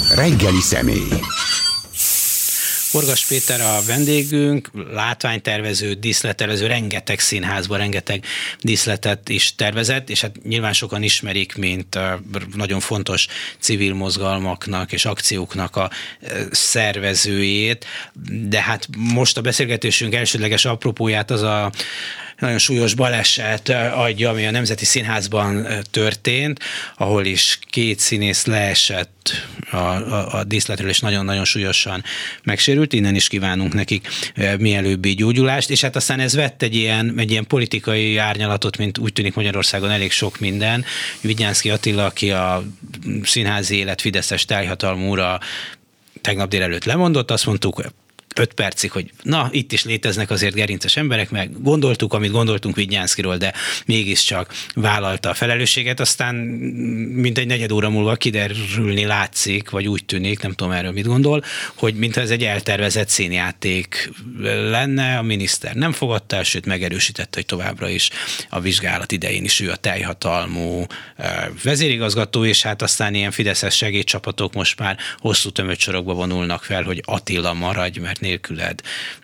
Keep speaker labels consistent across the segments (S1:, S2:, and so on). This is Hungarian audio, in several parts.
S1: Reggeli személy.
S2: Forgas Péter a vendégünk, látványtervező, díszlettervező, rengeteg színházban, rengeteg díszletet is tervezett, és hát nyilván sokan ismerik, mint nagyon fontos civil mozgalmaknak és akcióknak a szervezőjét, de hát most a beszélgetésünk elsődleges apropóját az a nagyon súlyos baleset adja, ami a Nemzeti Színházban történt, ahol is 2 színész leesett a díszletről, és nagyon-nagyon súlyosan megsérült. Innen is kívánunk nekik mielőbbi gyógyulást, és hát aztán ez vett egy ilyen politikai árnyalatot, mint úgy tűnik Magyarországon elég sok minden. Vidnyánszky Attila, aki a színházi élet fideszes teljhatalmú ura, tegnap délelőtt lemondott, azt mondtuk 5 percig, hogy na, itt is léteznek azért gerinces emberek, meg gondoltuk, amit gondoltunk Vidnyánszkyról, de mégiscsak vállalta a felelősséget, aztán mintegy 4 óra múlva kiderülni látszik, vagy úgy tűnik, nem tudom erről mit gondol, hogy mintha ez egy eltervezett színjáték lenne, a miniszter nem fogadta el, sőt megerősítette, hogy továbbra is a vizsgálat idején is ő a teljhatalmú vezérigazgató, és hát aztán ilyen fideszes segédcsapatok most már hosszú tömött vonulnak fel, hogy Attila maradj, mert nélküled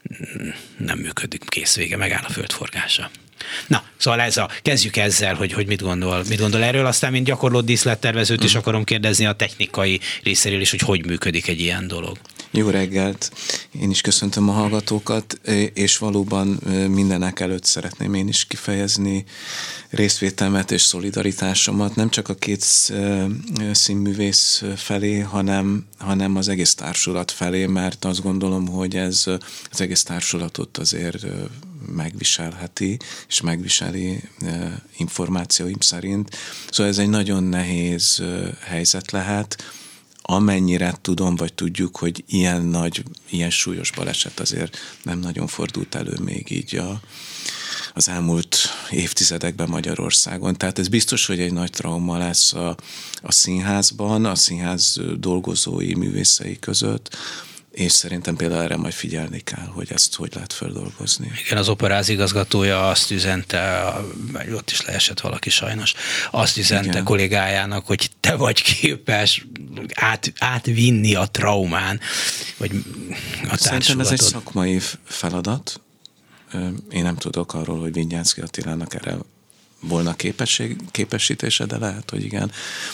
S2: nem működik, kész, vége, megáll a földforgása. Na, szóval kezdjük ezzel, hogy mit gondol erről, aztán mint gyakorló díszlettervezőt is akarom kérdezni a technikai részéről is, hogy működik egy ilyen dolog.
S3: Jó reggelt! Én is köszöntöm a hallgatókat, és valóban mindenek előtt szeretném én is kifejezni részvételmet és szolidaritásomat, nem csak a 2 színművész felé, hanem az egész társulat felé, mert azt gondolom, hogy ez az egész társulatot azért megviselheti, és megviseli információim szerint. Szóval ez egy nagyon nehéz helyzet lehet, amennyire tudom, vagy tudjuk, hogy ilyen súlyos baleset azért nem nagyon fordult elő még így az elmúlt évtizedekben Magyarországon. Tehát ez biztos, hogy egy nagy trauma lesz a színházban, a színház dolgozói, művészei között, és szerintem például erre majd figyelni kell, hogy ezt hogy lehet feldolgozni.
S2: Igen, az Operáz igazgatója azt üzente, ott is leesett valaki sajnos, azt üzente igen. kollégájának, hogy te vagy képes átvinni a traumán, vagy a társulatot.
S3: Szerintem ez egy szakmai feladat. Én nem tudok arról, hogy Vidnyánszky Attilának erre volna képesítése, de lehet, hogy igen.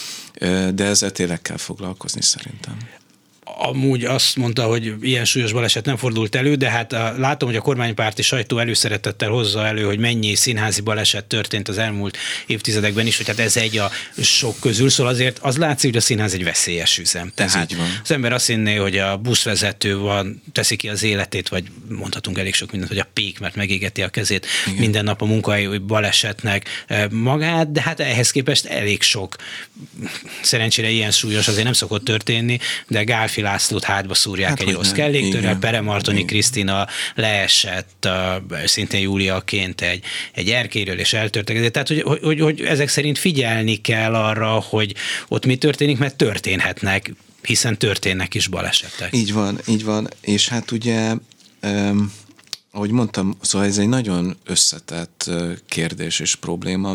S3: De ezzel tényleg kell foglalkozni szerintem.
S2: Amúgy azt mondta, hogy ilyen súlyos baleset nem fordult elő, de hát látom, hogy a kormánypárti sajtó előszeretettel hozza elő, hogy mennyi színházi baleset történt az elmúlt évtizedekben is, hogy hát ez egy a sok közül, szóval azért az látszik, hogy a színház egy veszélyes üzem. Tehát az ember azt hinné, hogy a buszvezető teszi ki az életét, vagy mondhatunk elég sok mindent, hogy a pék, mert megégeti a kezét igen. minden nap a munkahelyi balesetnek magát, de hát ehhez képest elég sok. Szerencsére ilyen súlyos azért nem szokott történni, de Gálfi Lászlót hátba szúrják egy rossz kelléktörrel, Peremartoni Krisztina leesett szintén júliaként egy erkélyről és eltörtek. Tehát, hogy ezek szerint figyelni kell arra, hogy ott mi történik, mert történhetnek, hiszen történnek is balesetek.
S3: Így van. És hát ugye, ahogy mondtam, szóval ez egy nagyon összetett kérdés és probléma,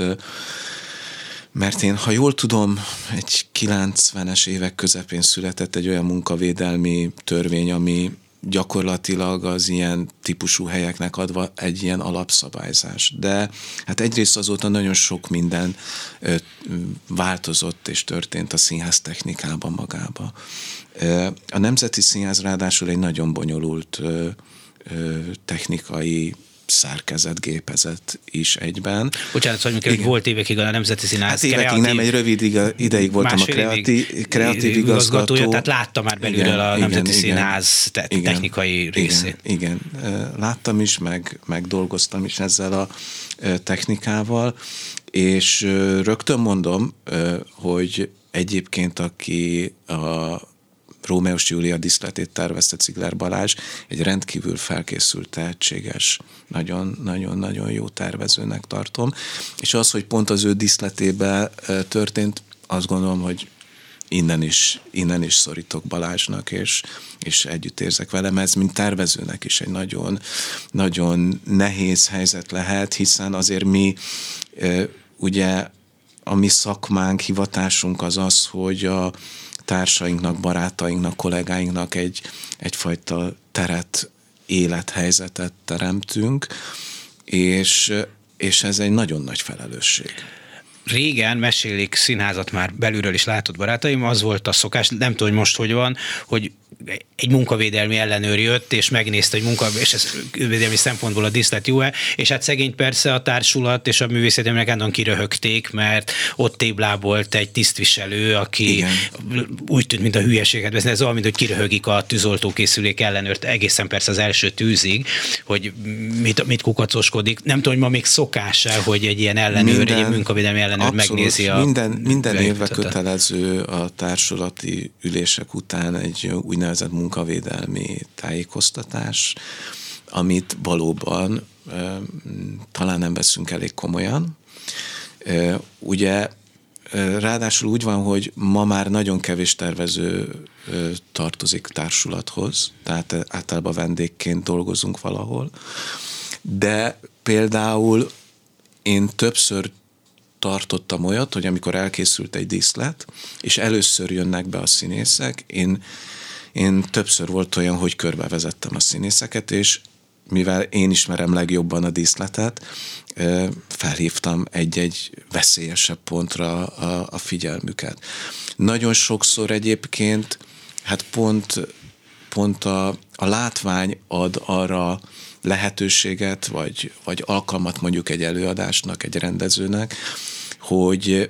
S3: mert én, ha jól tudom, egy 90-es évek közepén született egy olyan munkavédelmi törvény, ami gyakorlatilag az ilyen típusú helyeknek adva egy ilyen alapszabályzás. De hát egyrészt azóta nagyon sok minden változott és történt a színház technikában magába. A Nemzeti Színház ráadásul egy nagyon bonyolult technikai szerkezet, gépezet is egyben.
S2: Bocsánat, hogy volt évekig a Nemzeti Színház.
S3: Hát évekig nem, egy rövid ideig voltam a kreatív igazgatója,
S2: tehát látta már belülről a Nemzeti Színház technikai részét.
S3: Igen, láttam is, meg dolgoztam is ezzel a technikával, és rögtön mondom, hogy egyébként aki a Rómeós Júlia díszletét tervezte Cigler Balázs, egy rendkívül felkészült, tehetséges, nagyon-nagyon jó tervezőnek tartom. És az, hogy pont az ő díszletében történt, azt gondolom, hogy innen is szorítok Balázsnak, és együtt érzek velem. Ez, mint tervezőnek is egy nagyon, nagyon nehéz helyzet lehet, hiszen azért mi ugye a mi szakmánk, hivatásunk az az, hogy a társainknak, barátainknak, kollégáinknak egyfajta teret, élethelyzetet teremtünk, és ez egy nagyon nagy felelősség.
S2: Régen, mesélik színházat már belülről is látott barátaim, az volt a szokás, nem tudom, hogy most hogy van, hogy egy munkavédelmi ellenőr jött, és megnézte, hogy és ez védelmi szempontból a díszlet jó-e, és hát szegény persze a társulat és a művészetemnek állandóan kiröhögték, mert ott téblábolt egy tisztviselő, aki igen, úgy tűnt, mint a hülyeséget veszni, ez olyan, mint hogy kiröhögik a tűzoltókészülék ellenőrt egészen persze az első tűzig, hogy mit kukacoskodik. Nem tudom, hogy ma még szokás-e, hogy egy ilyen ellenőr, egy munkavédelmi ellenőr abszolút, megnézi a...
S3: Minden évben kötelező a társulati ülések után egy úgynevezett munkavédelmi tájékoztatás, amit valóban talán nem veszünk elég komolyan. Ugye ráadásul úgy van, hogy ma már nagyon kevés tervező tartozik társulathoz, tehát általában vendégként dolgozunk valahol, de például én többször tartottam olyat, hogy amikor elkészült egy díszlet, és először jönnek be a színészek, én többször volt olyan, hogy körbevezettem a színészeket, és mivel én ismerem legjobban a díszletet, felhívtam egy veszélyesebb pontra a figyelmüket. Nagyon sokszor egyébként, hát pont a látvány ad arra lehetőséget, vagy alkalmat mondjuk egy előadásnak, egy rendezőnek, hogy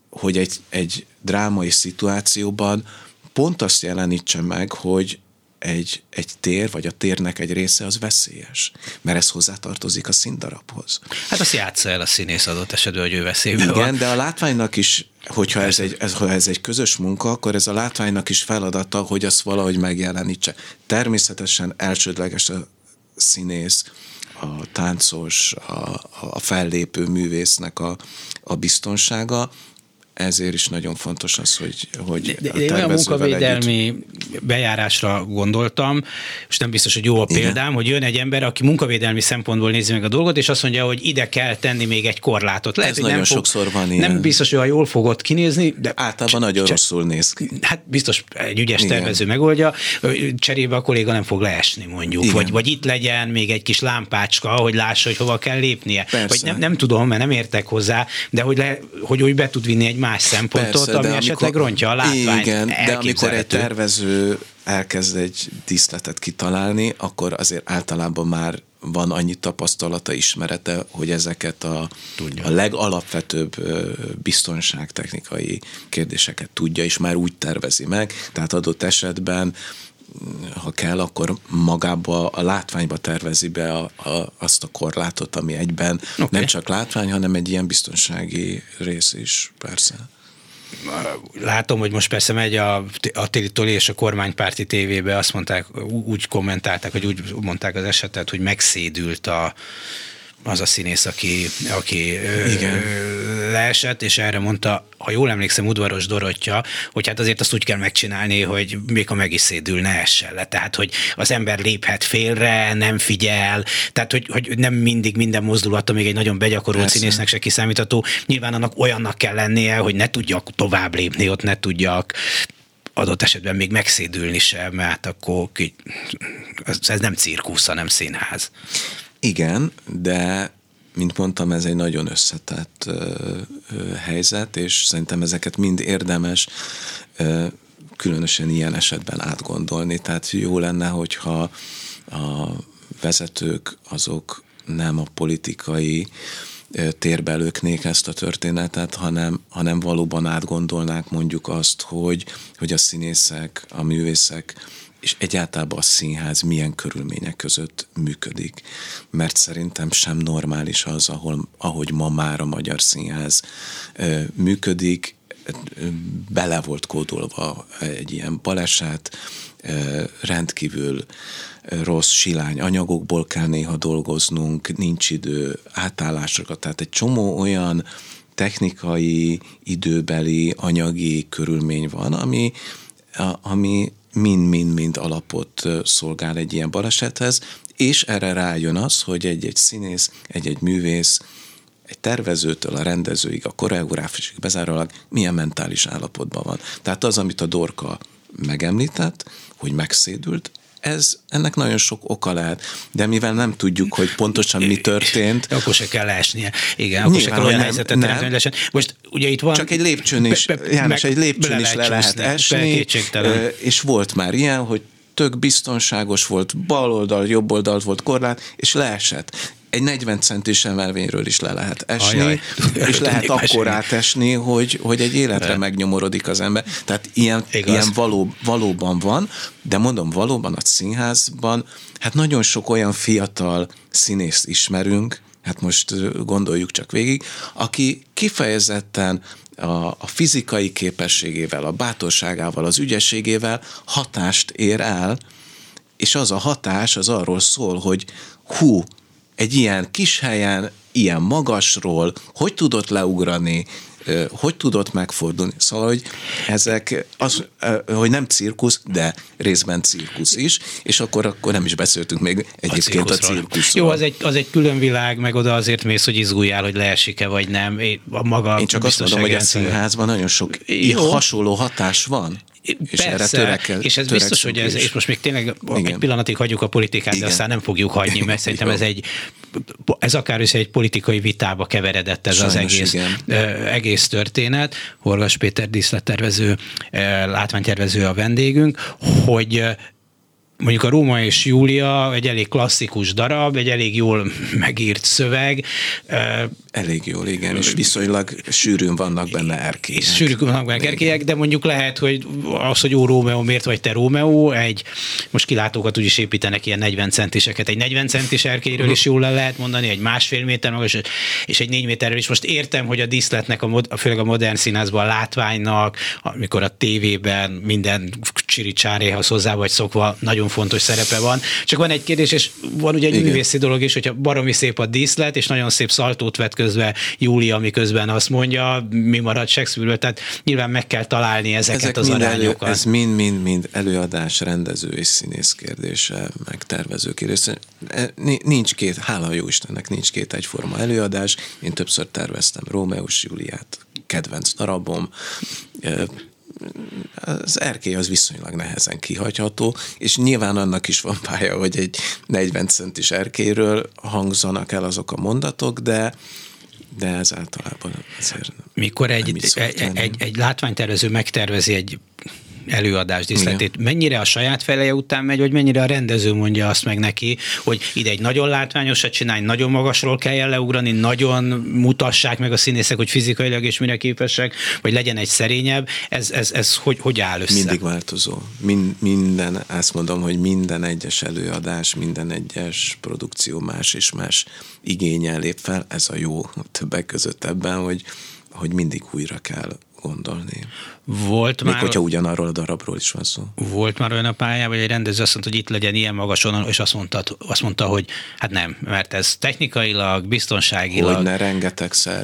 S3: egy drámai szituációban pont azt jelenítse meg, hogy egy tér, vagy a térnek egy része az veszélyes, mert ez hozzátartozik a színdarabhoz.
S2: Hát azt játsza el a színész adott esetben, hogy ő veszélyben van.
S3: Igen, de a látványnak is, hogyha ez egy közös munka, akkor ez a látványnak is feladata, hogy azt valahogy megjelenítse. Természetesen elsődleges a színész, a táncos, a fellépő művésznek a biztonsága, ezért is nagyon fontos az, hogy
S2: a olyan munkavédelmi bejárásra gondoltam, és nem biztos, hogy jó a példám, igen, hogy jön egy ember, aki munkavédelmi szempontból nézi meg a dolgot, és azt mondja, hogy ide kell tenni még egy korlátot. Lehet,
S3: ez hogy nagyon sokszor van ilyen.
S2: Nem biztos, hogy jól fogod kinézni, de
S3: általában nagyon rosszul néz ki.
S2: Hát biztos egy ügyes tervező megoldja, cserébe a kolléga nem fog leesni mondjuk, vagy itt legyen még egy kis lámpácska, hogy lássa, hogy hova kell lépnie. Persze. Vagy nem tudom, mert nem értek hozzá, de hogy úgy be tud vinni egy más szempontot, persze, ami esetleg rontja a látványt.
S3: Igen, de amikor egy tervező elkezd egy díszletet kitalálni, akkor azért általában már van annyi tapasztalata, ismerete, hogy ezeket a legalapvetőbb biztonságtechnikai kérdéseket tudja, és már úgy tervezi meg. Tehát adott esetben, ha kell, akkor magába a látványba tervezi be azt a korlátot, ami egyben nem csak látvány, hanem egy ilyen biztonsági rész is, persze.
S2: Látom, hogy most persze megy a Téli Toli és a kormánypárti tévébe, azt mondták, úgy kommentálták, hogy úgy mondták az esetet, hogy megszédült az a színész, aki leesett, és erre mondta, ha jól emlékszem, Udvaros Dorottya, hogy hát azért azt úgy kell megcsinálni, hogy még ha meg is szédül, ne essen le. Tehát, hogy az ember léphet félre, nem figyel, tehát, hogy nem mindig minden mozdulata még egy nagyon begyakorolt színésznek se kiszámítható. Nyilván annak olyannak kell lennie, hogy ne tudjak tovább lépni, ott ne tudjak adott esetben még megszédülni sem, mert akkor ez nem cirkusz, hanem színház.
S3: Igen, de mint mondtam, ez egy nagyon összetett helyzet, és szerintem ezeket mind érdemes különösen ilyen esetben átgondolni. Tehát jó lenne, hogyha a vezetők azok nem a politikai térbe löknék ezt a történetet, hanem valóban átgondolnák mondjuk azt, hogy a színészek, a művészek és egyáltalán a színház milyen körülmények között működik. Mert szerintem sem normális az, ahogy ma már a magyar színház működik, bele volt kódolva egy ilyen baleset, rendkívül rossz silány anyagokból kell néha dolgoznunk, nincs idő átállásokra, tehát egy csomó olyan technikai, időbeli, anyagi körülmény van, ami mind alapot szolgál egy ilyen balesethez, és erre rájön az, hogy egy színész, egy művész egy tervezőtől a rendezőig, a koreográfusig bezárólag milyen mentális állapotban van. Tehát az, amit a Dorka megemlített, hogy megszédült, ennek nagyon sok oka lehet, de mivel nem tudjuk, hogy pontosan mi történt.
S2: Akkor se kell leesnie. Igen, akkor se kell olyan helyzetet teremteni, hogy lesen. Most ugye itt van...
S3: Csak egy lépcsőn is, János, egy lépcsőn is le lehet esni, és volt már ilyen, hogy tök biztonságos volt, bal oldal, jobb oldal volt korlát, és leesett. Egy 40 centis emelvényről is le lehet esni, és lehet akkor átesni, hogy egy életre megnyomorodik az ember. Tehát ilyen valóban van, de mondom, valóban a színházban, hát nagyon sok olyan fiatal színészt ismerünk, hát most gondoljuk csak végig, aki kifejezetten a fizikai képességével, a bátorságával, az ügyességével hatást ér el, és az a hatás az arról szól, hogy egy ilyen kis helyen, ilyen magasról, hogy tudott leugrani, hogy tudott megfordulni. Szóval, hogy ezek, hogy nem cirkusz, de részben cirkusz is, és akkor nem is beszéltünk még egyébként a cirkuszról.
S2: Jó, az egy külön világ, meg oda azért mész, hogy izguljál, hogy leesik-e, vagy nem.
S3: Én csak azt mondom, hogy a színházban nagyon sok hasonló hatás van.
S2: Persze, és ez biztos, hogy és most még tényleg egy pillanatig hagyjuk a politikát, de aztán nem fogjuk hagyni, mert szerintem ez akár is egy politikai vitába keveredett ez sajnos, az egész történet. Horgas Péter díszlettervező, látványtervező a vendégünk, hogy mondjuk a Róma és Júlia egy elég klasszikus darab, egy elég jól megírt szöveg.
S3: Elég jól, igen, és viszonylag sűrűn vannak benne erkélyek.
S2: Sűrűn vannak benne erkélyek, de mondjuk lehet, hogy az, hogy ó Rómeó, miért vagy te Rómeó, most kilátókat úgyis építenek ilyen 40 centiseket. Egy 40 centis erkélyről is jól le lehet mondani, egy 1,5 méter magas, és egy 4 méterről is. Most értem, hogy a díszletnek, főleg a modern színházban, a látványnak, amikor a tévében minden csiricsáréhoz hozzá vagy szokva, nagyon fontos szerepe van. Csak van egy kérdés, és van ugye egy művészi dolog is, hogyha baromi szép a díszlet, és nagyon szép szaltót vett közben Júlia, miközben azt mondja, mi marad Shakespeare-ből, tehát nyilván meg kell találni ezek az arányokat.
S3: Ez mind előadás, rendező és színész kérdése, meg tervező kérdése. Nincs két, hála jó Istennek, nincs két egyforma előadás. Én többször terveztem Rómeó és Júliát, kedvenc darabom. Az erkély az viszonylag nehezen kihagyható, és nyilván annak is van pálya, hogy egy 40 centis erkélyről hangzanak el azok a mondatok, de ez általában azért
S2: mikor egy látványtervező megtervezi egy előadás díszletét, mennyire a saját feleje után megy, vagy mennyire a rendező mondja azt meg neki, hogy ide egy nagyon látványosat csinálj, nagyon magasról kelljen leugrani, nagyon mutassák meg a színészek, hogy fizikailag és mire képesek, vagy legyen egy szerényebb, ez hogy áll össze?
S3: Mindig változó. Azt mondom, hogy minden egyes előadás, minden egyes produkció más és más igénnyel lép fel, ez a jó többek között ebben, hogy mindig újra kell gondolni. Még hogyha ugyanarról a darabról is van szó.
S2: Volt már olyan a pályán, vagy egy rendező azt mondta, hogy itt legyen ilyen magason, és azt mondta, hogy hát nem, mert ez technikailag, biztonságilag...
S3: Hogyne, rengetegszer.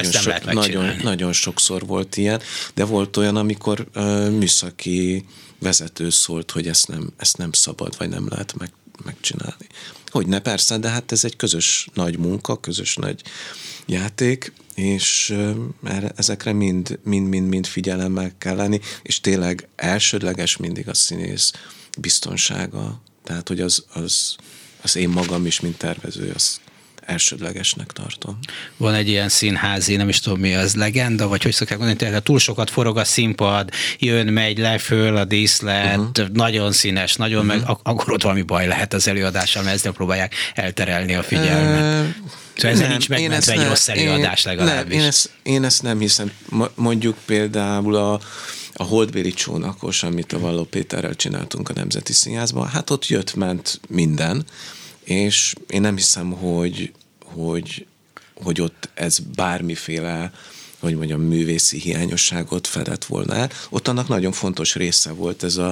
S3: Nagyon sokszor volt ilyen, de volt olyan, amikor műszaki vezető szólt, hogy ezt nem szabad, vagy nem lehet megcsinálni. Hogyne, persze, de hát ez egy közös nagy munka, közös nagy játék, és ezekre mind figyelemmel kell lenni, és tényleg elsődleges mindig a színész biztonsága. Tehát, hogy az én magam is, mint tervező, az elsődlegesnek tartom.
S2: Van egy ilyen színházi, nem is tudom mi az, legenda, vagy hogy szokták mondani, tehát túl sokat forog a színpad, jön, megy le, föl a díszlet, nagyon színes, nagyon meg, akkor ott valami baj lehet az előadással, mert ezzel próbálják elterelni a figyelmet. Szóval ezzel nincs megmentve egy rossz előadás legalábbis.
S3: Én ezt nem hiszem. Mondjuk például a Holdbéli csónakos, amit a Valló Péterrel csináltunk a Nemzeti Színházban, hát ott jött-ment minden, és én nem hiszem, hogy ott ez bármiféle, hogy mondjam, művészi hiányosságot fedett volna el. Ott annak nagyon fontos része volt ez a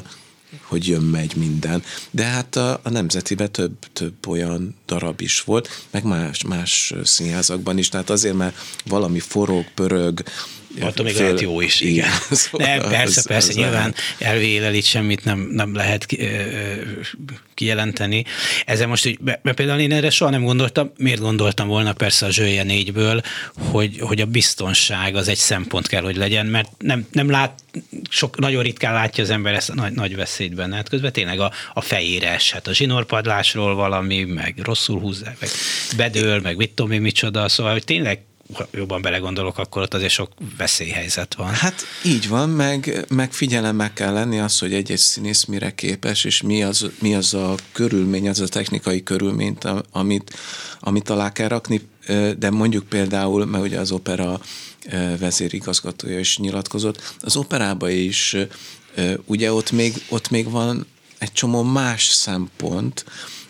S3: hogy jön-megy minden. De hát a Nemzetiben több olyan darab is volt, meg más színházakban is, tehát azért, mert valami forog, pörög,
S2: attól még lehet jó is, igen. Szóval persze, nyilván elvéllel itt semmit nem lehet kijelenteni. Ezzel most, mert például én erre soha nem gondoltam, miért gondoltam volna persze a Zsölye 4-ből, hogy a biztonság az egy szempont kell, hogy legyen, mert nem lát, nagyon ritkán látja az ember ezt a nagy veszélyt benne. Hát közben tényleg a fejére eshet a zsinórpadlásról valami, meg rosszul húzza, meg bedől, meg mit tudom én micsoda, szóval hogy tényleg ha jobban belegondolok, akkor ott azért sok veszélyhelyzet van. Hát
S3: így van, meg figyelemmel kell lenni az, hogy egy-egy színész mire képes, és mi az a körülmény, az a technikai körülményt, amit alá kell rakni, de mondjuk például, mert ugye az opera vezérigazgatója is nyilatkozott, az operában is ugye ott még van egy csomó más szempont,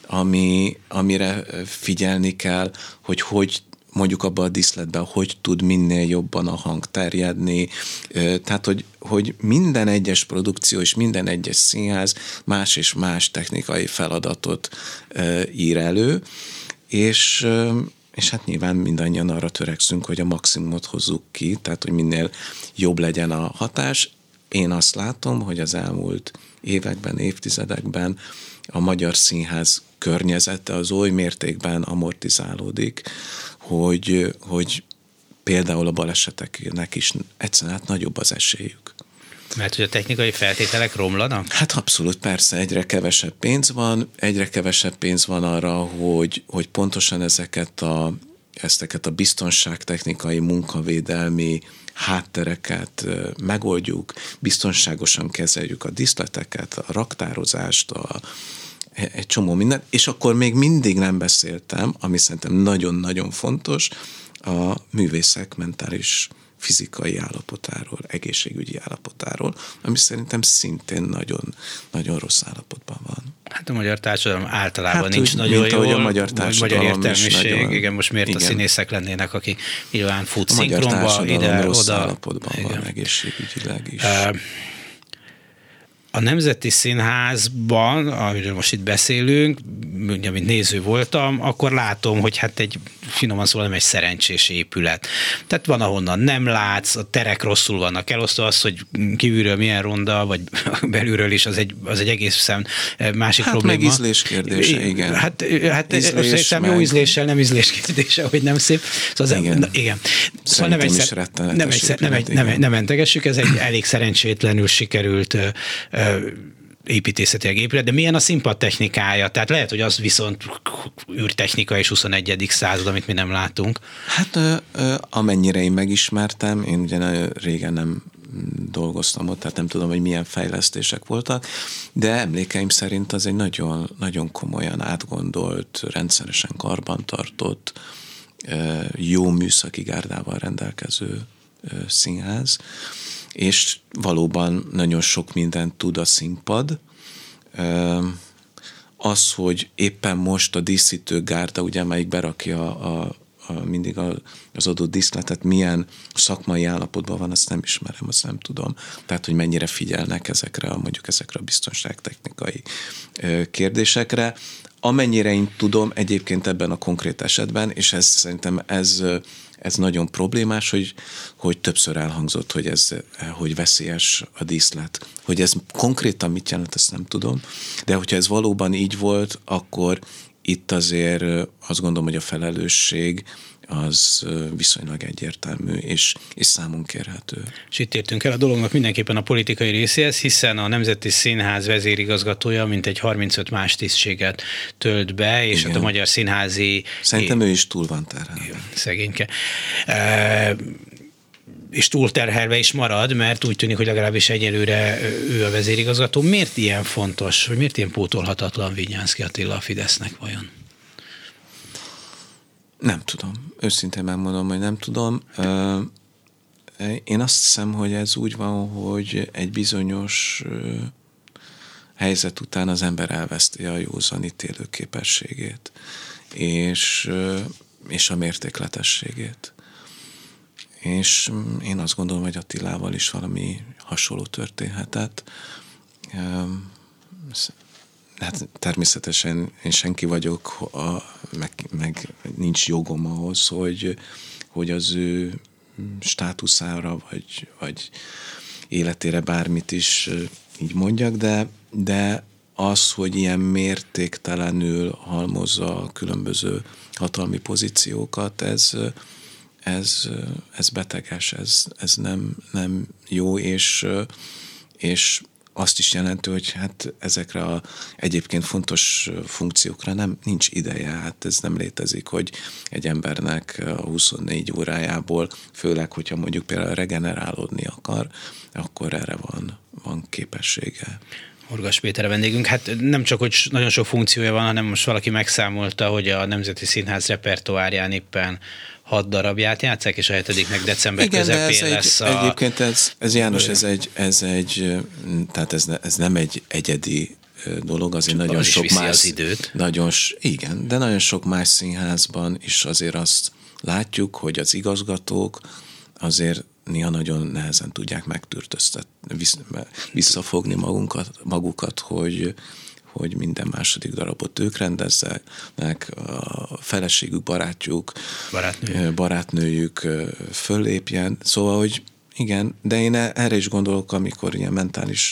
S3: amire figyelni kell, hogy mondjuk abban a díszletben, hogy tud minél jobban a hang terjedni. Tehát, hogy minden egyes produkció és minden egyes színház más és más technikai feladatot ír elő, és hát nyilván mindannyian arra törekszünk, hogy a maximumot hozzuk ki, tehát, hogy minél jobb legyen a hatás. Én azt látom, hogy az elmúlt években, évtizedekben a magyar színház környezete az oly mértékben amortizálódik, hogy például a baleseteknek is egyszerűen nagyobb az esélyük.
S2: Mert hogy a technikai feltételek romlanak?
S3: Hát abszolút, persze, egyre kevesebb pénz van arra, hogy pontosan ezeket a biztonságtechnikai, munkavédelmi háttereket megoldjuk, biztonságosan kezeljük a díszleteket, a raktározást, egy csomó mindent, és akkor még mindig nem beszéltem, ami szerintem nagyon-nagyon fontos, a művészek mentális fizikai állapotáról, egészségügyi állapotáról, ami szerintem szintén nagyon, nagyon rossz állapotban van.
S2: Hát a magyar társadalom általában nincs nagyon jól.
S3: A magyar társadalom
S2: magyar értelmiség, nagyon, igen, most miért a színészek lennének, akik nyilván fut szinkronba, ide,
S3: rossz
S2: oda.
S3: állapotban van egészségügyileg is.
S2: A Nemzeti Színházban, amiről most itt beszélünk, ugye, mint néző voltam, akkor látom, hogy hát finoman szóval nem egy szerencsés épület. Tehát van, ahonnan nem látsz, a terek rosszul vannak elosztva, az, hogy kívülről milyen ronda, vagy belülről is, az egy egészen másik probléma.
S3: Meg ízlés kérdése, igen.
S2: Hát szerintem jó ízléssel, nem ízlés kérdése, hogy nem szép. Szóval igen. Szóval nem mentegessük, ez egy elég szerencsétlenül sikerült építészetileg épület, de milyen a színpad technikája? Tehát lehet, hogy az viszont űrtechnika és 21. század, amit mi nem látunk.
S3: Hát amennyire én megismertem, én ugye régen nem dolgoztam ott, tehát nem tudom, hogy milyen fejlesztések voltak, de emlékeim szerint az egy nagyon, nagyon komolyan átgondolt, rendszeresen karbantartott, jó műszaki gárdával rendelkező színház, és valóban nagyon sok mindent tud a színpad. Az, hogy éppen most a díszítő gárda, ugye, amelyik berakja mindig az adott díszletet, milyen szakmai állapotban van, azt nem ismerem, azt nem tudom. Tehát, hogy mennyire figyelnek ezekre a biztonságtechnikai kérdésekre. Amennyire én tudom, egyébként ebben a konkrét esetben, és szerintem ez nagyon problémás, hogy többször elhangzott, hogy veszélyes a díszlet. Hogy ez konkrétan mit jelent, ezt nem tudom, de hogyha ez valóban így volt, akkor itt azért azt gondolom, hogy a felelősség az viszonylag egyértelmű és számon kérhető.
S2: És itt értünk el a dolognak mindenképpen a politikai részéhez, hiszen a Nemzeti Színház vezérigazgatója mintegy 35 más tisztséget tölt be, és hát a magyar színházi...
S3: Szerintem ő is túl van terhelve.
S2: Szegényke. És túlterhelve is marad, mert úgy tűnik, hogy legalábbis egyelőre ő a vezérigazgató. Miért ilyen fontos, vagy miért ilyen pótolhatatlan Vinyánszky Attila a Fidesznek vajon?
S3: Nem tudom. Őszintén megmondom, hogy nem tudom. Én azt hiszem, hogy ez úgy van, hogy egy bizonyos helyzet után az ember elveszti a józan ítélő képességét, és a mértékletességét. És én azt gondolom, hogy Attilával is valami hasonló történhetett. Hát természetesen én senki vagyok, meg nincs jogom ahhoz, hogy az ő státuszára, vagy életére bármit is így mondjak, de az, hogy ilyen mértéktelenül halmozza a különböző hatalmi pozíciókat, ez beteges, ez nem jó, és azt is jelenti, hogy hát ezekre a egyébként fontos funkciókra nincs ideje. Hát ez nem létezik, hogy egy embernek a 24 órájából, főleg, hogyha mondjuk például regenerálódni akar, akkor erre van képessége.
S2: Horgas Péter a vendégünk. Hát nem csak, hogy nagyon sok funkciója van, hanem most valaki megszámolta, hogy a Nemzeti Színház repertoárján éppen 6 darabját játsszák, és a 7-nek december közepén lesz a...
S3: Egyébként ez János, tehát ez nem egy egyedi dolog, azért
S2: csak
S3: nagyon sok más...
S2: az időt.
S3: Igen, de nagyon sok más színházban is azért azt látjuk, hogy az igazgatók azért néha nagyon nehezen tudják visszafogni magukat, hogy minden második darabot ők rendezzenek, a feleségük, barátnőjük föllépjen. Szóval, hogy igen, de én erre is gondolok, amikor ilyen mentális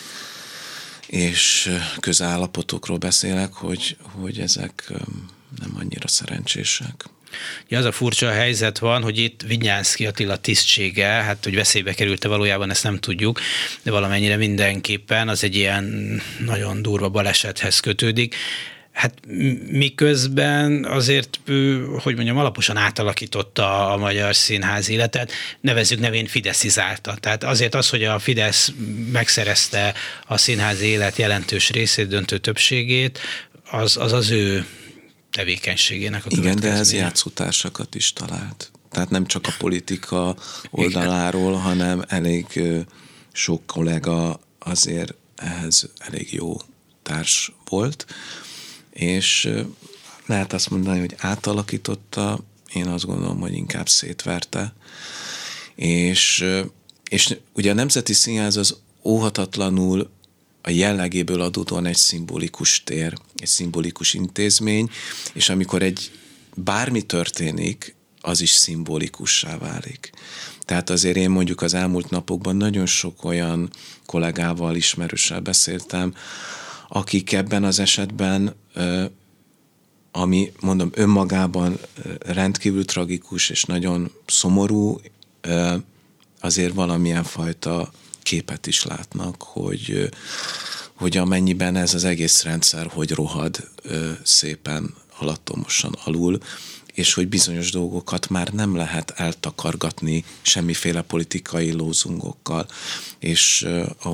S3: és közállapotokról beszélek, hogy ezek nem annyira szerencsések.
S2: Ja, az a furcsa helyzet van, hogy itt Vidnyánszky Attila tisztsége, hát hogy veszélybe került-e valójában, ezt nem tudjuk, de valamennyire mindenképpen az egy ilyen nagyon durva balesethez kötődik. Hát miközben azért, hogy mondjam, alaposan átalakította a magyar színház életet, nevezzük nevén fideszizálta. Tehát azért az, hogy a Fidesz megszerezte a színház élet jelentős részét, döntő többségét, az ő tevékenységének a következménye.
S3: Igen, de ez játszótársakat is talált. Tehát nem csak a politika oldaláról, hanem elég sok kollega azért ehhez elég jó társ volt, és lehet azt mondani, hogy átalakította, én azt gondolom, hogy inkább szétverte, és ugye a Nemzeti Színház az óhatatlanul a jellegéből adódóan egy szimbolikus tér, egy szimbolikus intézmény, és amikor bármi történik, az is szimbolikussá válik. Tehát azért én mondjuk az elmúlt napokban nagyon sok olyan kollégával, ismerőssel beszéltem, akik ebben az esetben, ami mondom önmagában rendkívül tragikus és nagyon szomorú, azért valamilyen fajta képet is látnak, hogy amennyiben ez az egész rendszer, hogy rohad szépen alattomosan alul, és hogy bizonyos dolgokat már nem lehet eltakargatni semmiféle politikai lózungokkal. És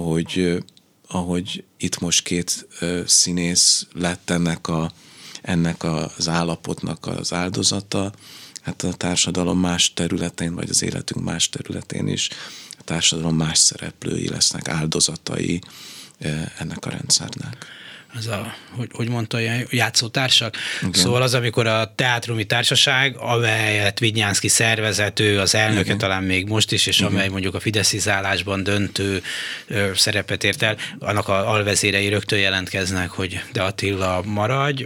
S3: ahogy itt most 2 színész lett ennek az állapotnak az áldozata, hát a társadalom más területén, vagy az életünk más területén is a társadalom más szereplői lesznek, áldozatai ennek a rendszernek.
S2: Az hogy mondta, játszótársak?
S3: Igen.
S2: Szóval az, amikor a teátrumi társaság, amelyet Vidnyánszky szervezett, ő az elnöke, igen, talán még most is, és igen, amely mondjuk a fideszizálásban döntő szerepet ért el, annak az alvezérei rögtön jelentkeznek, hogy de Attila maradj.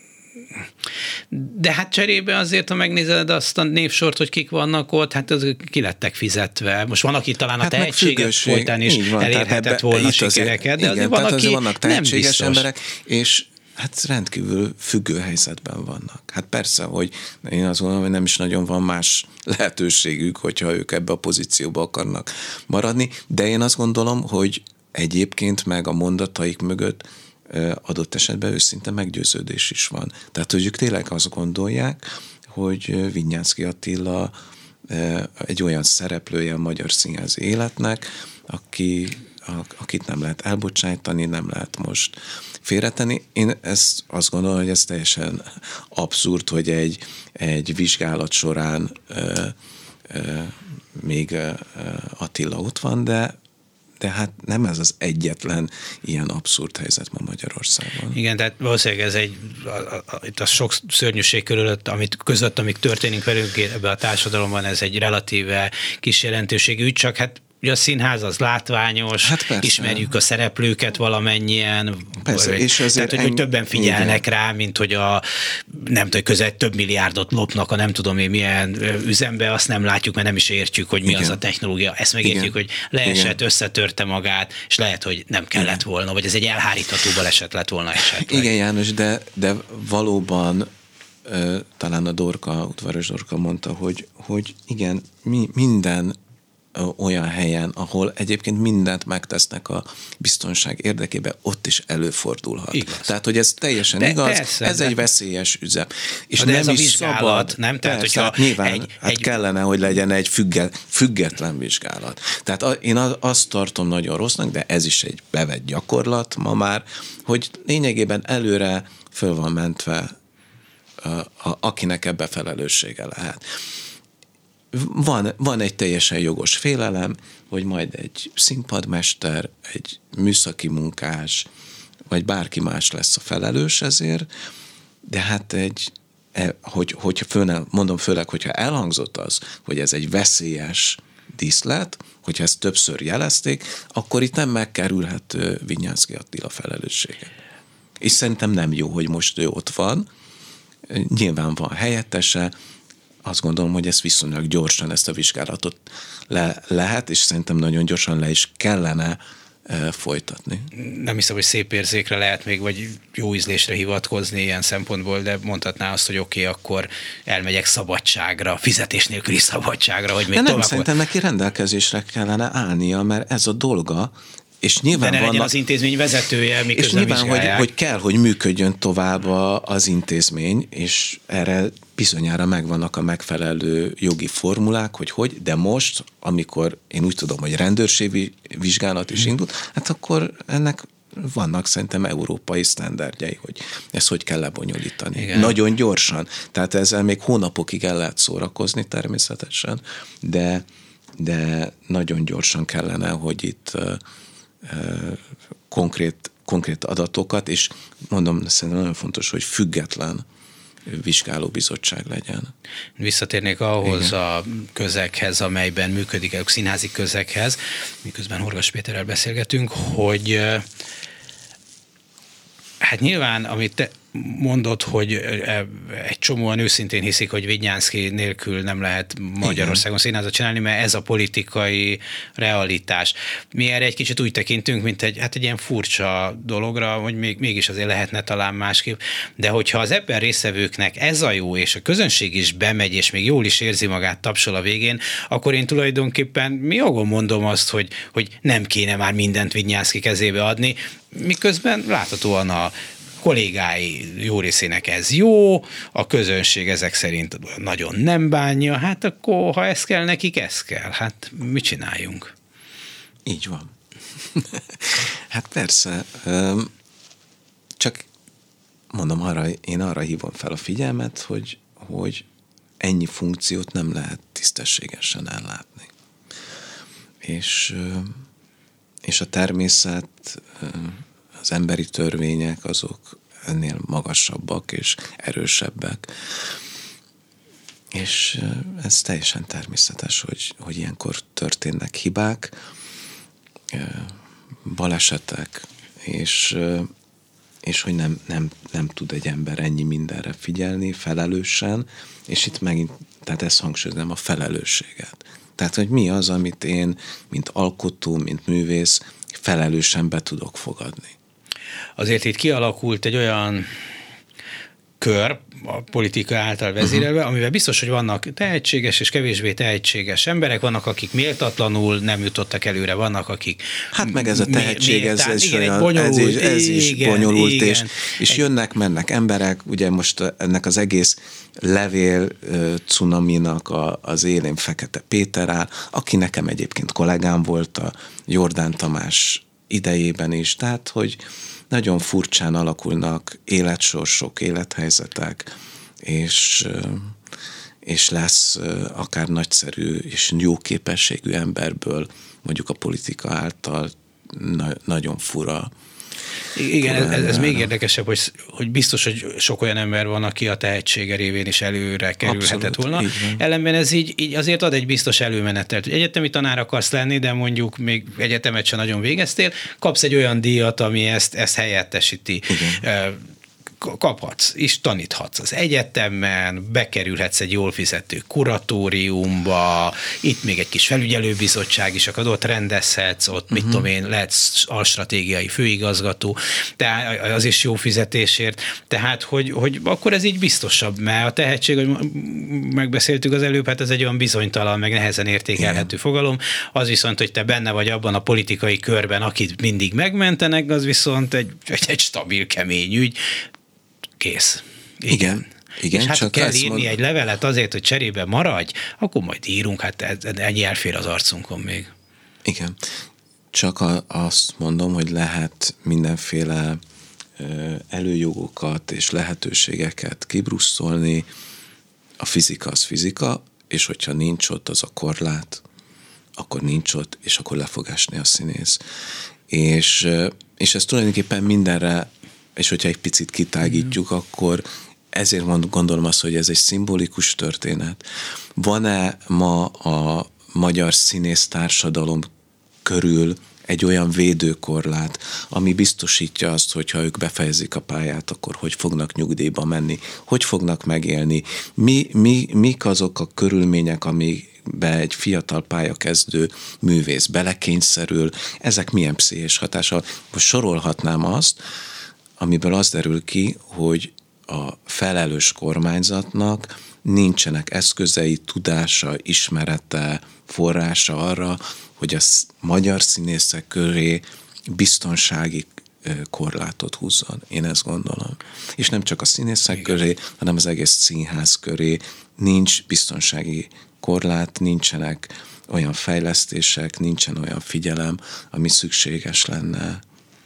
S2: De hát cserébe azért, ha megnézed azt a névsort, hogy kik vannak ott, hát azok ki lettek fizetve. Most van, aki talán a tehetséget folytán is van, elérhetett volna sikereket, de
S3: igen,
S2: van, aki
S3: vannak tehetséges
S2: nem
S3: emberek, és hát rendkívül függő helyzetben vannak. Hát persze, hogy én azt gondolom, hogy nem is nagyon van más lehetőségük, hogyha ők ebbe a pozícióba akarnak maradni, de én azt gondolom, hogy egyébként meg a mondataik mögött adott esetben őszinte meggyőződés is van. Tehát, hogy ők tényleg azt gondolják, hogy Vidnyánszky Attila egy olyan szereplője a magyar színház életnek, akit nem lehet elbocsájtani, nem lehet most félretenni. Én azt gondolom, hogy ez teljesen abszurd, hogy egy vizsgálat során még Attila ott van, de hát nem ez az egyetlen ilyen abszurd helyzet ma Magyarországon.
S2: Igen, tehát valószínűleg ez itt a sok szörnyűség körülött, amik történik velünk ebbe a társadalomban, ez egy relatíve kis jelentőségű ügy, csak hát ugye a színház az látványos,
S3: Hát
S2: ismerjük a szereplőket valamennyien,
S3: persze, és azért
S2: tehát, hogy többen figyelnek rá, mint hogy nem tudom, közel több milliárdot lopnak a nem tudom én milyen üzembe, azt nem látjuk, mert nem is értjük, hogy mi az a technológia. Ezt megértjük, hogy leesett, összetörte magát, és lehet, hogy nem kellett volna, vagy ez egy elhárítható baleset lett volna esetleg.
S3: Igen, János, de valóban talán a Udvaros Dorka mondta, hogy igen, minden olyan helyen, ahol egyébként mindent megtesznek a biztonság érdekében, ott is előfordulhat.
S2: Igaz.
S3: Tehát, hogy ez teljesen igaz, persze, ez egy veszélyes üzem. És
S2: de
S3: nem
S2: ez a
S3: is
S2: vizsgálat,
S3: szabad,
S2: nem? Tehát,
S3: persze, hát nyilván kellene, hogy legyen egy független vizsgálat. Tehát én azt tartom nagyon rossznak, de ez is egy bevett gyakorlat ma már, hogy lényegében előre föl van mentve akinek ebbe felelőssége lehet. Van egy teljesen jogos félelem, hogy majd egy színpadmester, egy műszaki munkás, vagy bárki más lesz a felelős ezért, de hát mondom főleg, hogyha elhangzott az, hogy ez egy veszélyes díszlet, hogyha ezt többször jelezték, akkor itt nem megkerülhető Vinyánszky Attila felelőssége. És szerintem nem jó, hogy most ő ott van, nyilván van helyettese, azt gondolom, hogy ezt viszonylag gyorsan, ezt a vizsgálatot lehet, és szerintem nagyon gyorsan le is kellene folytatni.
S2: Nem hiszem, hogy szép érzékre lehet még, vagy jó ízlésre hivatkozni ilyen szempontból, de mondhatná azt, hogy oké, akkor elmegyek szabadságra, fizetés nélküli szabadságra, hogy még
S3: nem,
S2: tovább.
S3: Szerintem neki rendelkezésre kellene állnia, mert ez a dolga, és nyilván
S2: de ne legyen az intézmény vezetője, miközben
S3: és nyilván,
S2: vizsgálják.
S3: hogy kell, hogy működjön tovább az intézmény, és erre bizonyára megvannak a megfelelő jogi formulák, de most, amikor én úgy tudom, hogy rendőrségi vizsgálat is indult, hát akkor ennek vannak szerintem európai sztenderdjei, hogy ezt hogy kell lebonyolítani. Igen. Nagyon gyorsan. Tehát ezzel még hónapokig el lehet szórakozni természetesen, de nagyon gyorsan kellene, hogy itt konkrét adatokat, és mondom, szerintem nagyon fontos, hogy független vizsgálóbizottság legyen.
S2: Visszatérnék ahhoz a közeghez, amelyben működik, a színházi közeghez, miközben Horgas Péterrel beszélgetünk, hogy hát nyilván, amit te mondod, hogy egy csomóan őszintén hiszik, hogy Vinyánszky nélkül nem lehet Magyarországon színházat csinálni, mert ez a politikai realitás. Mi erre egy kicsit úgy tekintünk, mint egy ilyen furcsa dologra, hogy mégis azért lehetne talán másképp, de hogyha az ebben résztvevőknek ez a jó, és a közönség is bemegy, és még jól is érzi magát, tapsol a végén, akkor én tulajdonképpen mi jogon mondom azt, hogy nem kéne már mindent Vinyánszky kezébe adni, miközben láthatóan a kollégái jó részének ez jó, a közönség ezek szerint nagyon nem bánja, hát akkor, ha ez kell nekik, ez kell. Hát mit csináljunk?
S3: Így van. Hát persze, csak mondom, én arra hívom fel a figyelmet, hogy ennyi funkciót nem lehet tisztességesen ellátni. És a természet, az emberi törvények azok ennél magasabbak és erősebbek. És ez teljesen természetes, hogy ilyenkor történnek hibák, balesetek, és hogy nem tud egy ember ennyi mindenre figyelni felelősen, és itt megint, tehát ezt hangsúlyozom, a felelősséget. Tehát, hogy mi az, amit én, mint alkotó, mint művész felelősen be tudok fogadni.
S2: Azért itt kialakult egy olyan kör a politika által vezérelve, amivel biztos, hogy vannak tehetséges és kevésbé tehetséges emberek, vannak, akik méltatlanul nem jutottak előre, vannak, akik...
S3: Hát meg ez a tehetség, ez is bonyolult, és jönnek-mennek emberek, ugye most ennek az egész levél cunaminak az élén Fekete Péter áll, aki nekem egyébként kollégám volt a Jordán Tamás idejében is, tehát, hogy nagyon furcsán alakulnak életsorsok, élethelyzetek, és lesz akár nagyszerű és jó képességű emberből, mondjuk a politika által nagyon fura
S2: Igen, ez még érdekesebb, hogy biztos, hogy sok olyan ember van, aki a tehetsége révén is előre kerülhetett volna. Ellenben ez így azért ad egy biztos előmenetet. Egyetemi tanár akarsz lenni, de mondjuk még egyetemet sem nagyon végeztél, kapsz egy olyan díjat, ami ezt helyettesíti. Igen. Kaphatsz, és taníthatsz az egyetemen, bekerülhetsz egy jól fizető kuratóriumba, itt még egy kis felügyelőbizottság is akad, rendezhetsz, ott mit tudom én, lehetsz alstratégiai főigazgató, tehát az is jó fizetésért, tehát hogy akkor ez így biztosabb, mert a tehetség, hogy megbeszéltük az előbb, hát ez egy olyan bizonytalan, meg nehezen értékelhető fogalom, az viszont, hogy te benne vagy abban a politikai körben, akit mindig megmentenek, az viszont egy stabil, kemény ügy, kész.
S3: Igen.
S2: És hát kell írni egy levelet azért, hogy cserébe maradj, akkor majd írunk, hát ennyi elfér az arcunkon még.
S3: Igen. Csak azt mondom, hogy lehet mindenféle előjogokat és lehetőségeket kibrusszolni. A fizika az fizika, és hogyha nincs ott az a korlát, akkor nincs ott, és akkor le fog esni a színész. És ez tulajdonképpen mindenre, és hogyha egy picit kitágítjuk, akkor ezért gondolom azt, hogy ez egy szimbolikus történet. Van-e ma a magyar színész társadalom körül egy olyan védőkorlát, ami biztosítja azt, hogyha ők befejezik a pályát, akkor hogy fognak nyugdíjba menni, hogy fognak megélni, mik azok a körülmények, amiben egy fiatal pályakezdő művész belekényszerül, ezek milyen pszichés hatással. Most sorolhatnám azt, amiből az derül ki, hogy a felelős kormányzatnak nincsenek eszközei, tudása, ismerete, forrása arra, hogy a magyar színészek köré biztonsági korlátot húzzon. Én ezt gondolom. És nem csak a színészek köré, hanem az egész színház köré nincs biztonsági korlát, nincsenek olyan fejlesztések, nincsen olyan figyelem, ami szükséges lenne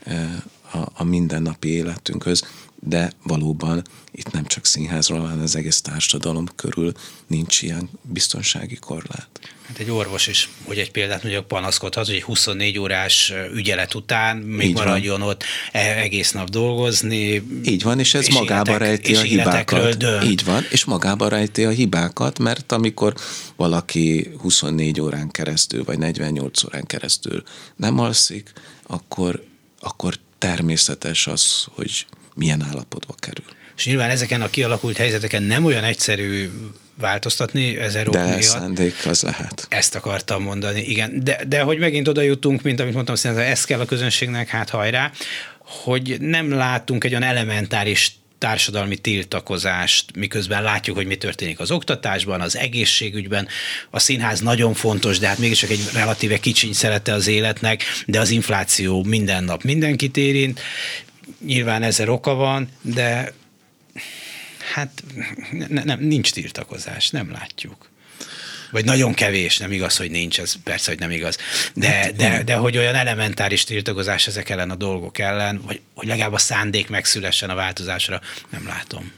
S3: a mindennapi életünkhöz, de valóban itt nem csak színházról, hanem az egész társadalom körül nincs ilyen biztonsági korlát.
S2: Hát egy orvos is, hogy egy példát mondjuk panaszkodhat, hogy egy 24 órás ügyelet után még maradjon ott egész nap dolgozni.
S3: Így van, és ez magába rejti a hibákat. Így van, és magába rejti a hibákat, mert amikor valaki 24 órán keresztül, vagy 48 órán keresztül nem alszik, akkor természetes az, hogy milyen állapotba kerül.
S2: És nyilván ezeken a kialakult helyzeteken nem olyan egyszerű változtatni 1000 ok miatt.
S3: De szándék az lehet.
S2: Ezt akartam mondani, igen. De hogy megint oda jutunk, mint amit mondtam, szerintem ez kell a közönségnek, hát hajrá, hogy nem látunk egy olyan elementáris társadalmi tiltakozást, miközben látjuk, hogy mi történik az oktatásban, az egészségügyben. A színház nagyon fontos, de hát mégiscsak egy relatíve kicsiny szelete az életnek, de az infláció minden nap mindenkit érint. Nyilván 1000 oka van, de hát nincs tiltakozás, nem látjuk. Vagy nagyon kevés, nem igaz, hogy nincs, ez persze, hogy nem igaz. De hogy olyan elementáris tiltakozás ezek ellen a dolgok ellen, vagy hogy legalább a szándék megszülessen a változásra, nem látom.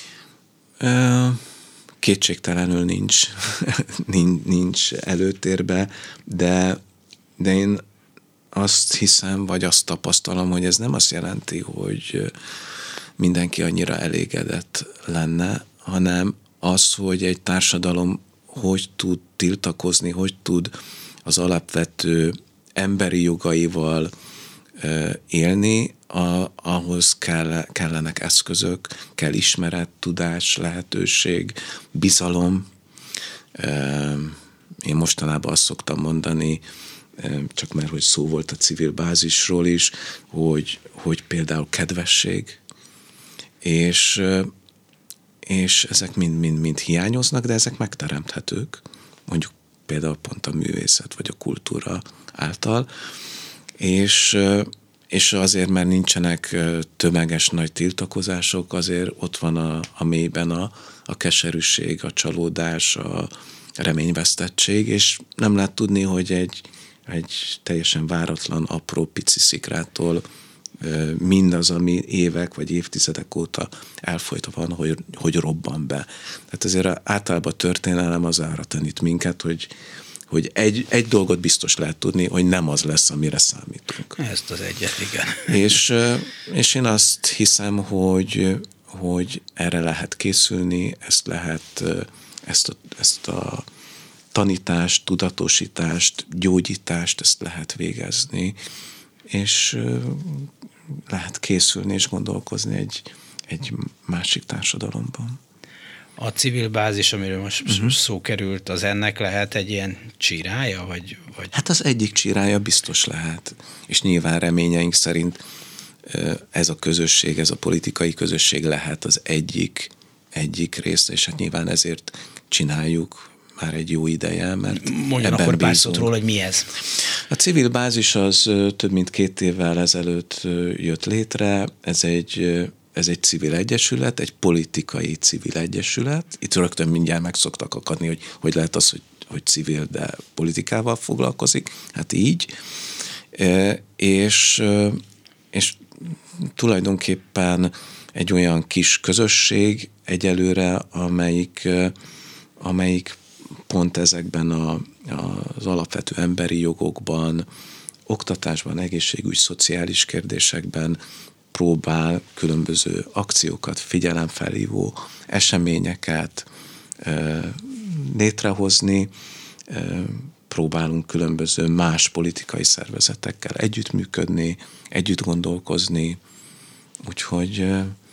S3: Kétségtelenül nincs előtérbe, de én azt hiszem, vagy azt tapasztalom, hogy ez nem azt jelenti, hogy mindenki annyira elégedett lenne, hanem az, hogy egy társadalom hogy tud tiltakozni, hogy tud az alapvető emberi jogaival élni, ahhoz kellenek eszközök, kell ismeret, tudás, lehetőség, bizalom. Én mostanában azt szoktam mondani, csak mert hogy szó volt a civil bázisról is, hogy például kedvesség, és ezek mind hiányoznak, de ezek megteremthetők, mondjuk például pont a művészet vagy a kultúra által, és azért, mert nincsenek tömeges nagy tiltakozások, azért ott van a mélyben a keserűség, a csalódás, a reményvesztettség, és nem lehet tudni, hogy egy teljesen váratlan, apró, pici szikrától mindaz, ami évek vagy évtizedek óta elfolytva van, hogy robban be. Tehát azért általában a történelem az arra tanít minket, hogy egy dolgot biztos lehet tudni, hogy nem az lesz, amire számítunk.
S2: Ezt az egyet, igen.
S3: És én azt hiszem, hogy erre lehet készülni, ezt a tanítást, tudatosítást, gyógyítást, ezt lehet végezni, és lehet készülni és gondolkozni egy másik társadalomban.
S2: A civil bázis, amiről most szó került, az ennek lehet egy ilyen csirája? Vagy?
S3: Hát az egyik csirája biztos lehet, és nyilván reményeink szerint ez a közösség, ez a politikai közösség lehet az egyik része, és hát nyilván ezért csináljuk már egy jó ideje, mert
S2: mondjon akkor pár szót róla, hogy mi ez?
S3: A civil bázis az több mint 2 évvel ezelőtt jött létre, ez egy civil egyesület, egy politikai civil egyesület. Itt rögtön mindjárt meg szoktak akadni, hogy lehet az, hogy civil, de politikával foglalkozik. Hát így. És tulajdonképpen egy olyan kis közösség egyelőre, amelyik pont ezekben az alapvető emberi jogokban, oktatásban, egészségügy, szociális kérdésekben próbál különböző akciókat, figyelemfelhívó eseményeket létrehozni, próbálunk különböző más politikai szervezetekkel együttműködni, együtt gondolkozni, úgyhogy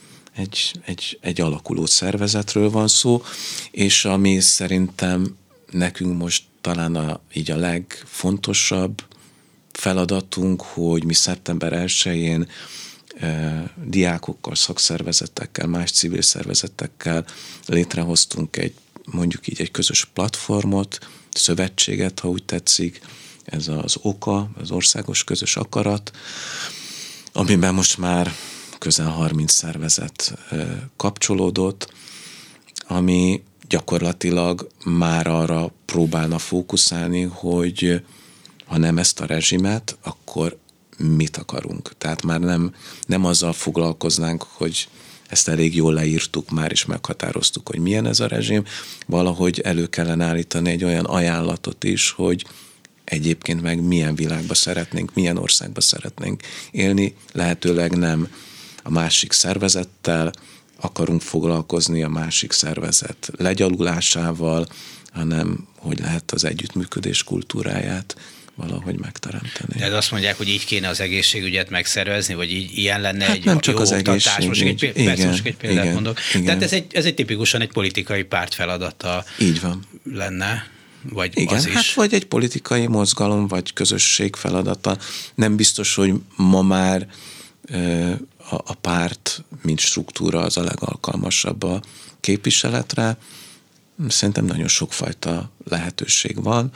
S3: egy alakuló szervezetről van szó, és ami szerintem nekünk most talán így a legfontosabb feladatunk, hogy mi szeptember 1-én diákokkal, szakszervezetekkel, más civil szervezetekkel létrehoztunk mondjuk így egy közös platformot, szövetséget, ha úgy tetszik, ez az OKA, az Országos Közös Akarat, amiben most már közel 30 szervezet kapcsolódott, ami gyakorlatilag már arra próbálna fókuszálni, hogy ha nem ezt a rezsimet, akkor mit akarunk. Tehát már nem azzal foglalkoznánk, hogy ezt elég jól leírtuk már, és meghatároztuk, hogy milyen ez a rezsim. Valahogy elő kellene állítani egy olyan ajánlatot is, hogy egyébként meg milyen világba szeretnénk, milyen országba szeretnénk élni, lehetőleg nem a másik szervezettel akarunk foglalkozni, a másik szervezet legyalulásával, hanem hogy lehet az együttműködés kultúráját valahogy megteremteni.
S2: De azt mondják, hogy így kéne az egészségügyet megszervezni, vagy ilyen lenne
S3: hát
S2: egy
S3: nem csak
S2: jó
S3: az
S2: oktatás. Most egy példát
S3: igen,
S2: mondok.
S3: Igen.
S2: Tehát ez egy tipikusan egy politikai párt feladata
S3: így van.
S2: lenne, vagy
S3: igen,
S2: az is.
S3: Hát vagy egy politikai mozgalom, vagy közösség feladata. Nem biztos, hogy ma már a párt, mint struktúra az a legalkalmasabb a képviseletre. Szerintem nagyon sokfajta lehetőség van.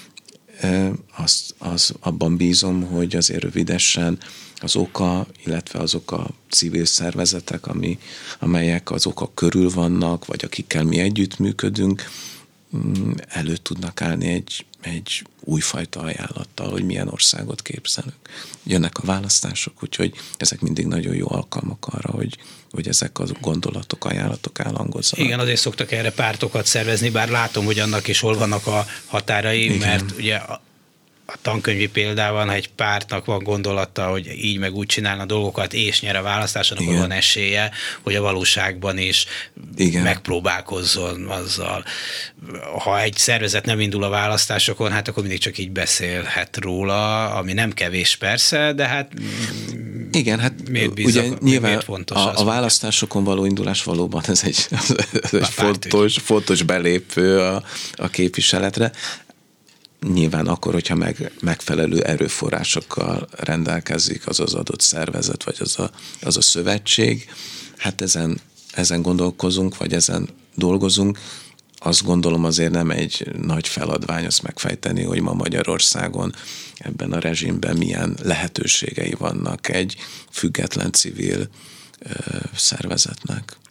S3: Abban bízom, hogy azért rövidesen az OKA, illetve azok a civil szervezetek, amelyek az OKA körül vannak, vagy akikkel mi együttműködünk, elő tudnak állni egy újfajta ajánlattal, hogy milyen országot képzelünk. Jönnek a választások, úgyhogy ezek mindig nagyon jó alkalmak arra, hogy ezek a gondolatok, ajánlatok elhangozzanak.
S2: Igen, azért szoktak erre pártokat szervezni, bár látom, hogy annak is hol vannak a határai, igen. Mert ugye a tankönyvi példában, ha egy pártnak van gondolata, hogy így meg úgy csinálna dolgokat, és nyer a választáson, akkor van esélye, hogy a valóságban is megpróbálkozzon azzal. Ha egy szervezet nem indul a választásokon, hát akkor mindig csak így beszélhet róla, ami nem kevés persze, de hát
S3: igen, hát ugye nyilván a választásokon való indulás valóban ez egy fontos belépő a képviseletre. Nyilván akkor, hogyha megfelelő erőforrásokkal rendelkezik az adott szervezet, vagy az a szövetség, hát ezen gondolkozunk, vagy ezen dolgozunk. Azt gondolom azért nem egy nagy feladvány azt megfejteni, hogy ma Magyarországon ebben a rezsimben milyen lehetőségei vannak egy független civil szervezetnek.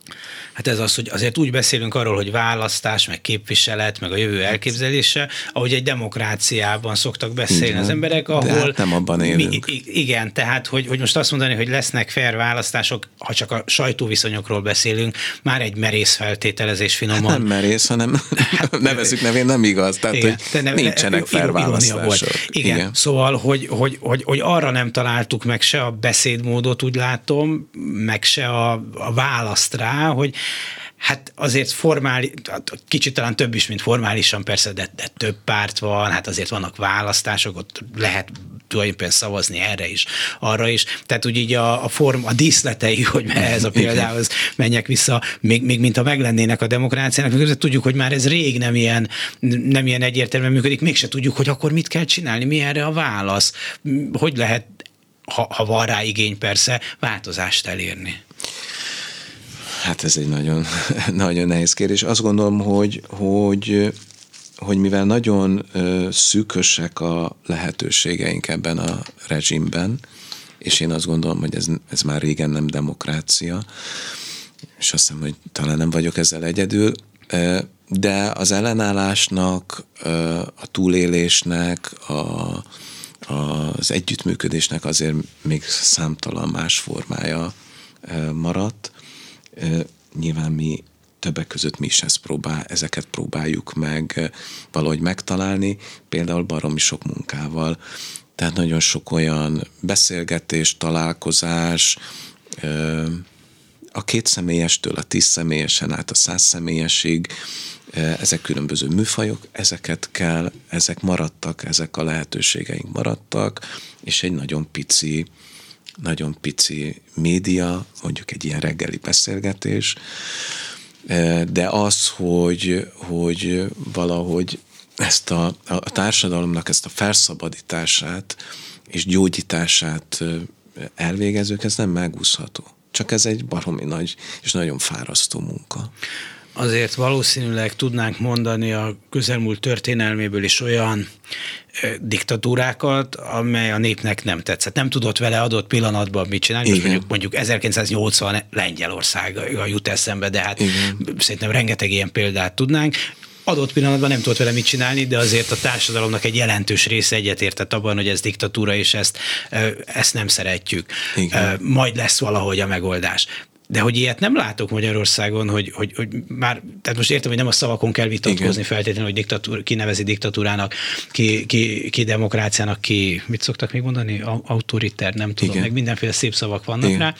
S2: Hát ez az, hogy azért úgy beszélünk arról, hogy választás, meg képviselet, meg a jövő elképzelése, ahogy egy demokráciában szoktak beszélni az emberek, ahol...
S3: De hát nem abban élünk.
S2: Igen, tehát, hogy most azt mondani, hogy lesznek fair választások, ha csak a sajtóviszonyokról beszélünk, már egy merész feltételezés finoman.
S3: Hát nem merész, hanem nevezzük nevén, nem igaz. Tehát, igen, hogy nincsenek fair választások.
S2: Igen, szóval, hogy arra nem találtuk meg se a beszédmódot, úgy látom, meg se a választ rá, hogy hát azért kicsit talán több is, mint formálisan persze, de több párt van, hát azért vannak választások, ott lehet tulajdonképpen szavazni erre is, arra is. Tehát úgy így a díszletei, hogy ehhez a példához menjek vissza, még mint ha meglennének a demokráciának, miközben tudjuk, hogy már ez rég nem ilyen egyértelműen működik, mégse tudjuk, hogy akkor mit kell csinálni, mi erre a válasz, hogy lehet, ha van rá igény persze, változást elérni.
S3: Hát ez egy nagyon, nagyon nehéz kérdés. Azt gondolom, hogy mivel nagyon szűkösek a lehetőségeink ebben a rezsimben, és én azt gondolom, hogy ez már régen nem demokrácia, és azt hiszem, hogy talán nem vagyok ezzel egyedül, de az ellenállásnak, a túlélésnek, az együttműködésnek azért még számtalan más formája maradt. Nyilván mi többek között mi is ezeket próbáljuk meg valahogy megtalálni, például baromi sok munkával. Tehát nagyon sok olyan beszélgetés, találkozás, a 2 személyestől a 10 személyesen át a 100 személyesig, ezek különböző műfajok, ezek maradtak, ezek a lehetőségeink maradtak, és egy nagyon pici média, mondjuk egy ilyen reggeli beszélgetés, de az, hogy valahogy ezt a társadalomnak ezt a felszabadítását és gyógyítását elvégezők, ez nem megúszható. Csak ez egy baromi nagy és nagyon fárasztó munka.
S2: Azért valószínűleg tudnánk mondani a közelmúlt történelméből is olyan diktatúrákat, amely a népnek nem tetszett. Nem tudott vele adott pillanatban mit csinálni. Most mondjuk 1980 Lengyelország jut eszembe, de hát szerintem rengeteg ilyen példát tudnánk. Adott pillanatban nem tudott vele mit csinálni, de azért a társadalomnak egy jelentős része egyetértett abban, hogy ez diktatúra, és ezt nem szeretjük. Majd lesz valahogy a megoldás. De hogy ilyet nem látok Magyarországon, hogy már, tehát most értem, hogy nem a szavakon kell vitatkozni feltétlenül, hogy ki nevezi diktatúrának, ki demokráciának, ki, mit szoktak még mondani? Autoriter, nem tudom, meg mindenféle szép szavak vannak rá.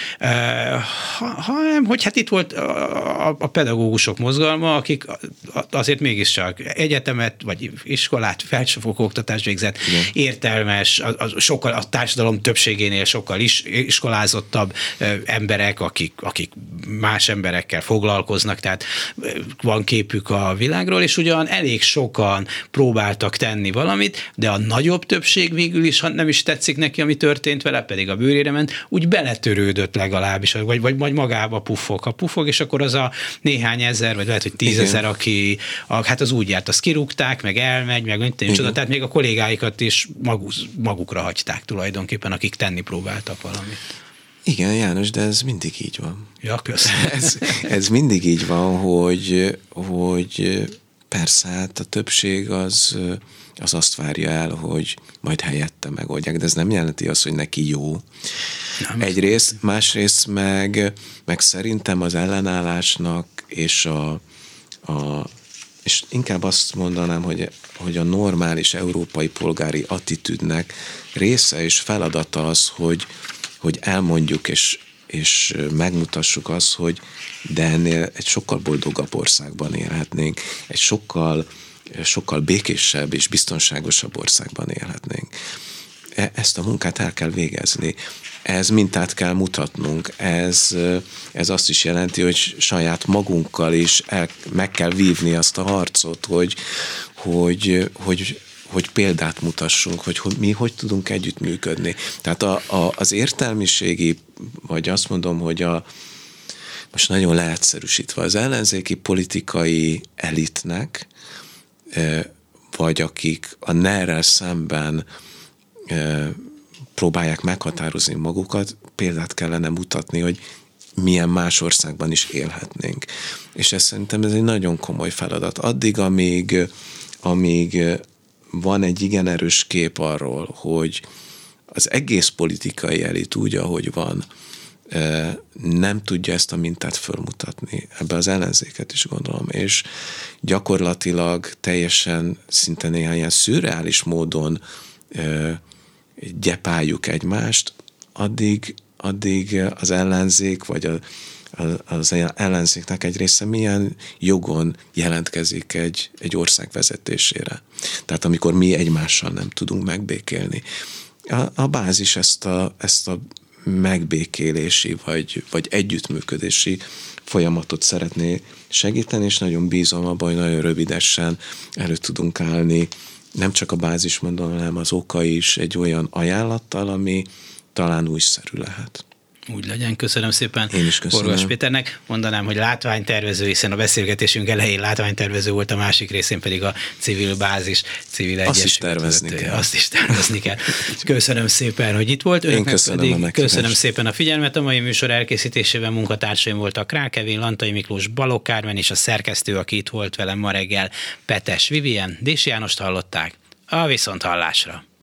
S2: Hanem, hogy hát itt volt a pedagógusok mozgalma, akik azért mégiscsak egyetemet, vagy iskolát, felsőfokú oktatást végzett, értelmes, a társadalom többségénél sokkal iskolázottabb emberek, akik más emberekkel foglalkoznak, tehát van képük a világról, és ugyan elég sokan próbáltak tenni valamit, de a nagyobb többség végül is, ha nem is tetszik neki, ami történt vele, pedig a bőrére ment, úgy beletörődött legalábbis, vagy magába puffog, és akkor az a néhány ezer, vagy lehet, hogy 10 000, aki hát az úgy járt, azt kirúgták, meg elmegy, meg mint csoda, tehát még a kollégáikat is magukra hagyták tulajdonképpen, akik tenni próbáltak valamit.
S3: Igen, János, de ez mindig így van.
S2: Ja, köszönöm.
S3: Ez mindig így van, hogy persze hát a többség az azt várja el, hogy majd helyette megoldják, de ez nem jelenti azt, hogy neki jó. Egyrészt, másrészt meg szerintem az ellenállásnak és és inkább azt mondanám, hogy a normális európai polgári attitűdnek része és feladata az, hogy elmondjuk és megmutassuk azt, hogy de ennél egy sokkal boldogabb országban élhetnénk, egy sokkal békésebb és biztonságosabb országban élhetnénk. Ezt a munkát el kell végezni. Ez mintát kell mutatnunk. Ez azt is jelenti, hogy saját magunkkal is meg kell vívni azt a harcot, hogy példát mutassunk, hogy mi hogy tudunk együttműködni. Tehát az értelmiségi, vagy azt mondom, hogy most nagyon leegyszerűsítve, az ellenzéki politikai elitnek, vagy akik a NER-rel szemben próbálják meghatározni magukat, példát kellene mutatni, hogy milyen más országban is élhetnénk. És ez szerintem ez egy nagyon komoly feladat. Addig, amíg van egy igen erős kép arról, hogy az egész politikai elit úgy, ahogy van, nem tudja ezt a mintát fölmutatni. Ebbe az ellenzéket is gondolom, és gyakorlatilag teljesen szinte néha ilyen szürreális módon gyepáljuk egymást, addig az ellenzék, vagy az ellenzéknek egy része milyen jogon jelentkezik egy ország vezetésére. Tehát amikor mi egymással nem tudunk megbékélni. A bázis ezt a megbékélési vagy együttműködési folyamatot szeretné segíteni, és nagyon bízom abban, hogy nagyon rövidesen elő tudunk állni, nem csak a bázis, mondom, hanem az oka is egy olyan ajánlattal, ami talán újszerű lehet.
S2: Úgy legyen, köszönöm szépen.
S3: Én is köszönöm.
S2: Forgas Péternek. Mondanám, hogy látványtervező, hiszen a beszélgetésünk elején látványtervező volt, a másik részén pedig a civil bázis, civil egyesület.
S3: Azt is tervezni kell.
S2: Azt is tervezni kell. Köszönöm szépen, hogy itt volt.
S3: Én köszönöm
S2: köszönöm szépen a figyelmet. A mai műsor elkészítésében munkatársaim voltak Král Kevin, Lantai Miklós, Balogh Kármen, és a szerkesztő, aki itt volt velem ma reggel, Petes Vivien. Dési Jánost hallották. A viszonthallásra.